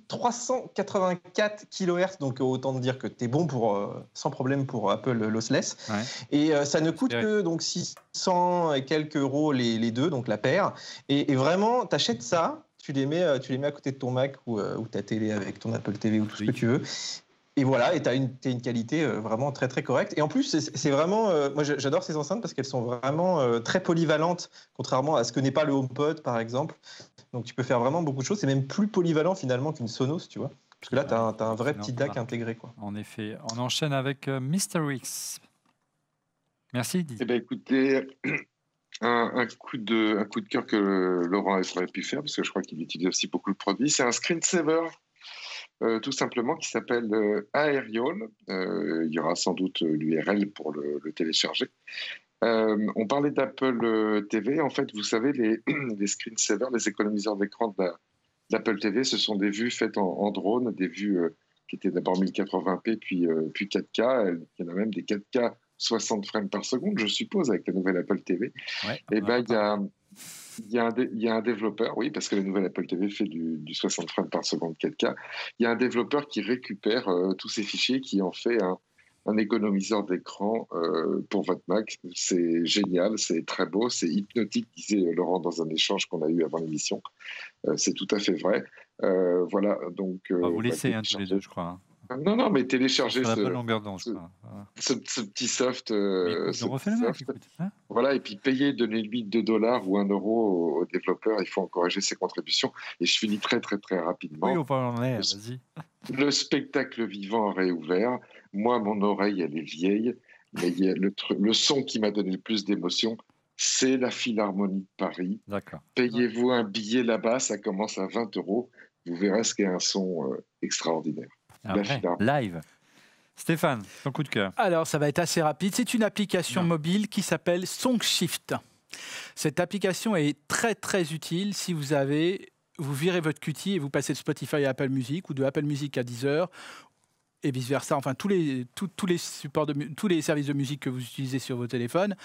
384 kHz. Donc autant dire que tu es bon sans problème pour Apple Lossless. Ouais. Et ça ne coûte que donc, 600 et quelques euros les deux, donc la paire. Et vraiment, tu achètes ça, tu les mets à côté de ton Mac ou ta télé avec ton Apple TV ou tout ce que tu veux. Et voilà, et tu as une qualité vraiment très très correcte. Et en plus, c'est vraiment, moi j'adore ces enceintes parce qu'elles sont vraiment très polyvalentes, contrairement à ce que n'est pas le HomePod par exemple. Donc tu peux faire vraiment beaucoup de choses. C'est même plus polyvalent finalement qu'une Sonos, tu vois. Parce que là, tu as un vrai petit DAC intégré, quoi. En effet. On enchaîne avec Mr. X. Merci, Didier. Eh bien, écoutez, un coup de cœur que Laurent aurait pu faire, parce que je crois qu'il utilise aussi beaucoup le produit, c'est un screensaver. Tout simplement, qui s'appelle Aerial. Il y aura sans doute l'URL pour le télécharger. On parlait d'Apple TV. En fait, vous savez, les screensavers, les économiseurs d'écran d'Apple TV, ce sont des vues faites en drone, des vues qui étaient d'abord 1080p, puis 4K. Il y en a même des 4K 60 frames par seconde, je suppose, avec la nouvelle Apple TV. Ouais, et ben, il Il y a un développeur, oui, parce que la nouvelle Apple TV fait du 60 frames par seconde 4K. Il y a un développeur qui récupère tous ces fichiers, qui en fait un économiseur d'écran pour votre Mac. C'est génial, c'est très beau, c'est hypnotique, disait Laurent dans un échange qu'on a eu avant l'émission. C'est tout à fait vrai. Voilà, donc... vous laissez tous les deux, je crois. Non, mais téléchargez ce petit soft. On refait le Mac, écoute, hein. Voilà, et puis payer, donner-lui $2 ou €1 au développeur, il faut encourager ses contributions. Et je finis très, très, très rapidement. Oui, on peut en aller, vas-y. Le spectacle vivant a réouvert. Moi, mon oreille, elle est vieille, mais il y a le son qui m'a donné le plus d'émotion, c'est la Philharmonie de Paris. D'accord. Payez-vous un billet là-bas, ça commence à 20 €. Vous verrez ce qu'est un son extraordinaire. Après, live. Stéphane, ton coup de cœur. Alors, ça va être assez rapide. C'est une application mobile qui s'appelle SongShift. Cette application est très, très utile si vous virez votre QT et vous passez de Spotify à Apple Music ou de Apple Music à Deezer et vice-versa. Enfin, tous les services de musique que vous utilisez sur vos téléphones.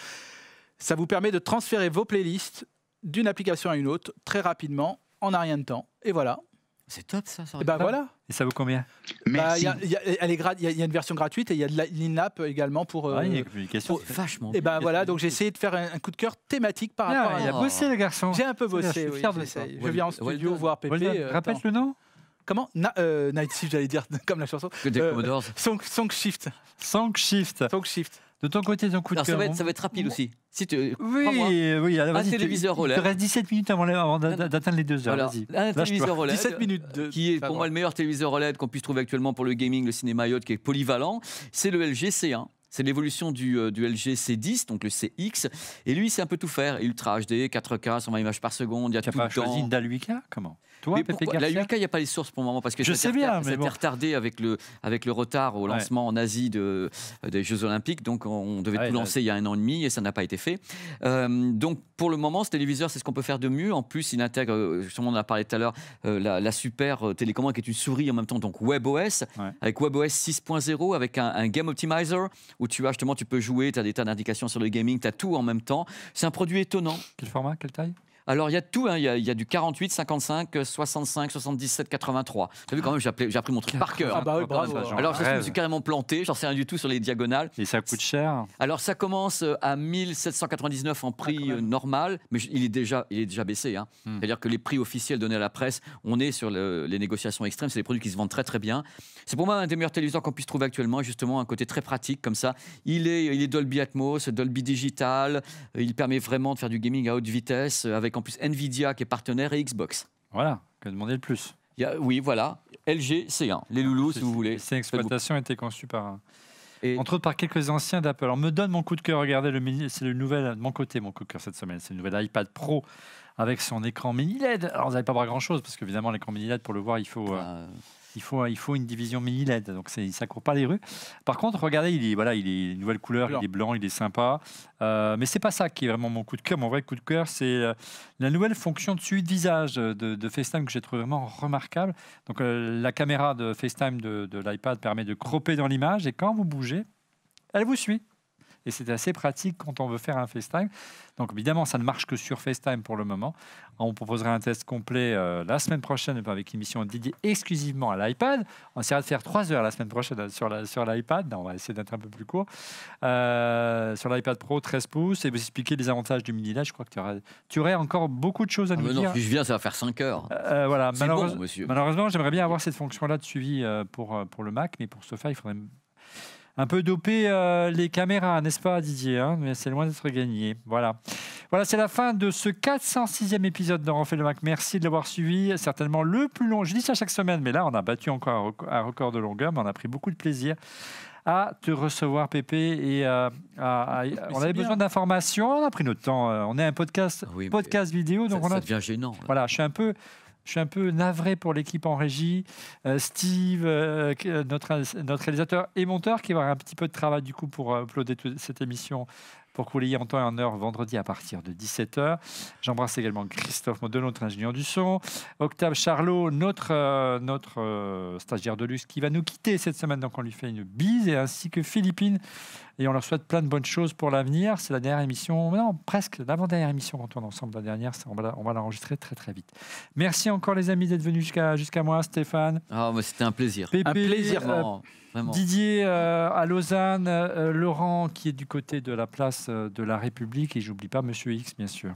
Ça vous permet de transférer vos playlists d'une application à une autre très rapidement, en un rien de temps. Et voilà. C'est top, ça. Et ben voilà. Et ça vaut combien? Merci. Il y a une version gratuite et il y a de l'in-app également pour. Il y a communication. Vachement. Et ben voilà, donc j'ai essayé de faire un coup de cœur thématique par rapport à. Il a bossé, le garçon. J'ai un peu bossé. Je suis fier de ça. Je viens en studio voir Pépé. Répète le nom. Comment Night Shift, j'allais dire comme la chanson. Que des Commodores. SongShift. SongShift. De ton côté, ton coup de cœur. Ça va être rapide aussi. Si tu... Oui. Un téléviseur OLED. Il te reste 17 minutes avant d'atteindre les 2 heures. Alors, un téléviseur OLED 17 minutes qui est pour moi le meilleur téléviseur OLED qu'on puisse trouver actuellement pour le gaming, le cinéma et autres, qui est polyvalent. C'est le LG C1. C'est l'évolution du LG C10, donc le CX. Et lui, c'est un peu tout faire. Ultra HD, 4K, 120 images par seconde. Il y a tu tout n'as pas dedans. choisi une DAL 8K? Comment? Toi, Pépé la Garcia? 8K, il n'y a pas les sources pour le moment parce que je sais bien, mais ça a été retardé avec le retard au lancement en Asie des Jeux Olympiques. Donc, on devait tout lancer il y a 1 an et demi et ça n'a pas été fait. Donc, pour le moment, ce téléviseur, c'est ce qu'on peut faire de mieux. En plus, il intègre, justement, on en a parlé tout à l'heure, la super télécommande qui est une souris en même temps, donc WebOS, avec WebOS 6.0, avec un Game Optimizer où tu peux jouer, tu as des tas d'indications sur le gaming, tu as tout en même temps. C'est un produit étonnant. Quel format, quelle taille? Alors, il y a tout, il y a du 48, 55, 65, 77, 83. Tu as vu quand même, j'ai appris mon truc par cœur. Ah bah oui, bravo. Alors, je me suis carrément planté, j'en sais rien du tout sur les diagonales. Et ça coûte cher? Alors, ça commence à 1799 en prix normal, mais il est déjà baissé. C'est-à-dire que les prix officiels donnés à la presse, on est sur les négociations extrêmes, c'est des produits qui se vendent très très bien. C'est pour moi un des meilleurs téléviseurs qu'on puisse trouver actuellement, justement un côté très pratique comme ça. Il est Dolby Atmos, Dolby Digital, il permet vraiment de faire du gaming à haute vitesse, avec en plus Nvidia qui est partenaire et Xbox. Voilà, que demander de plus? Oui, voilà, LG C1, les loulous si vous voulez. Cette exploitation a été conçue entre autres par quelques anciens d'Apple. Alors, me donne mon coup de cœur, regardez, c'est le nouvel, de mon côté, mon coup de cœur cette semaine, c'est le nouvel iPad Pro avec son écran mini LED. Alors, vous n'allez pas voir grand-chose, parce qu'évidemment, l'écran mini LED, pour le voir, il faut une division mini LED, donc ça ne court pas les rues. Par contre, regardez, il est une nouvelle couleur, il est blanc, il est sympa. Mais c'est pas ça qui est vraiment mon coup de cœur. Mon vrai coup de cœur, c'est la nouvelle fonction de suivi de visage de FaceTime que j'ai trouvé vraiment remarquable. Donc la caméra de FaceTime de l'iPad permet de cropper dans l'image et quand vous bougez, elle vous suit. Et c'est assez pratique quand on veut faire un FaceTime. Donc évidemment, ça ne marche que sur FaceTime pour le moment. On proposera un test complet la semaine prochaine avec une émission dédiée exclusivement à l'iPad. On essaiera de faire 3 heures la semaine prochaine sur l'iPad. On va essayer d'être un peu plus court. Sur l'iPad Pro 13 pouces et vous expliquer les avantages du mini LED. Je crois que tu aurais encore beaucoup de choses à nous dire. Non, si je viens, ça va faire 5 heures. Voilà. Monsieur. Malheureusement, j'aimerais bien avoir cette fonction-là de suivi pour le Mac, mais pour ce faire, il faudrait un peu doper les caméras, n'est-ce pas Didier, mais c'est loin d'être gagné. Voilà, c'est la fin de ce 406e épisode de Refait le Mac. Merci de l'avoir suivi, certainement le plus long. Je dis ça chaque semaine, mais là, on a battu encore un record de longueur, mais on a pris beaucoup de plaisir à te recevoir, Pépé. Et on avait besoin d'informations, on a pris notre temps. On est un podcast vidéo, donc ça devient gênant. Là. Voilà, je suis un peu navré pour l'équipe en régie. Steve, notre réalisateur et monteur, qui va avoir un petit peu de travail du coup pour uploader cette émission pour que vous l'ayez en temps et en heure vendredi à partir de 17h. J'embrasse également Christophe Model, notre ingénieur du son, Octave Charlot, notre stagiaire de luxe qui va nous quitter cette semaine, donc on lui fait une bise, et ainsi que Philippine. Et on leur souhaite plein de bonnes choses pour l'avenir. C'est la dernière émission, non, presque l'avant-dernière émission quand on est ensemble. La dernière, on va l'enregistrer très très vite. Merci encore les amis d'être venus jusqu'à moi, Stéphane. Ah, mais c'était un plaisir. Pépé, Un plaisir, Vraiment. Didier à Lausanne, Laurent qui est du côté de la place de la République, et j'oublie pas Monsieur X, bien sûr.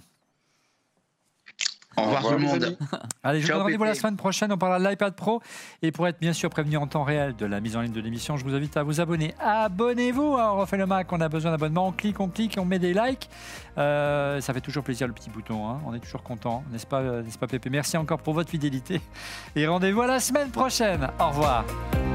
Au revoir tout le les monde. amis. Allez, je vous Ciao, donne rendez-vous la Pépé. semaine prochaine. On parlera de l'iPad Pro. Et pour être bien sûr prévenu en temps réel de la mise en ligne de l'émission, je vous invite à vous abonner. Abonnez-vous, hein, on refait le Mac, on a besoin d'abonnement. On clique, et on met des likes. Ça fait toujours plaisir le petit bouton. Hein. On est toujours content, n'est-ce pas Pépé? Merci encore pour votre fidélité. Et rendez-vous à la semaine prochaine. Au revoir.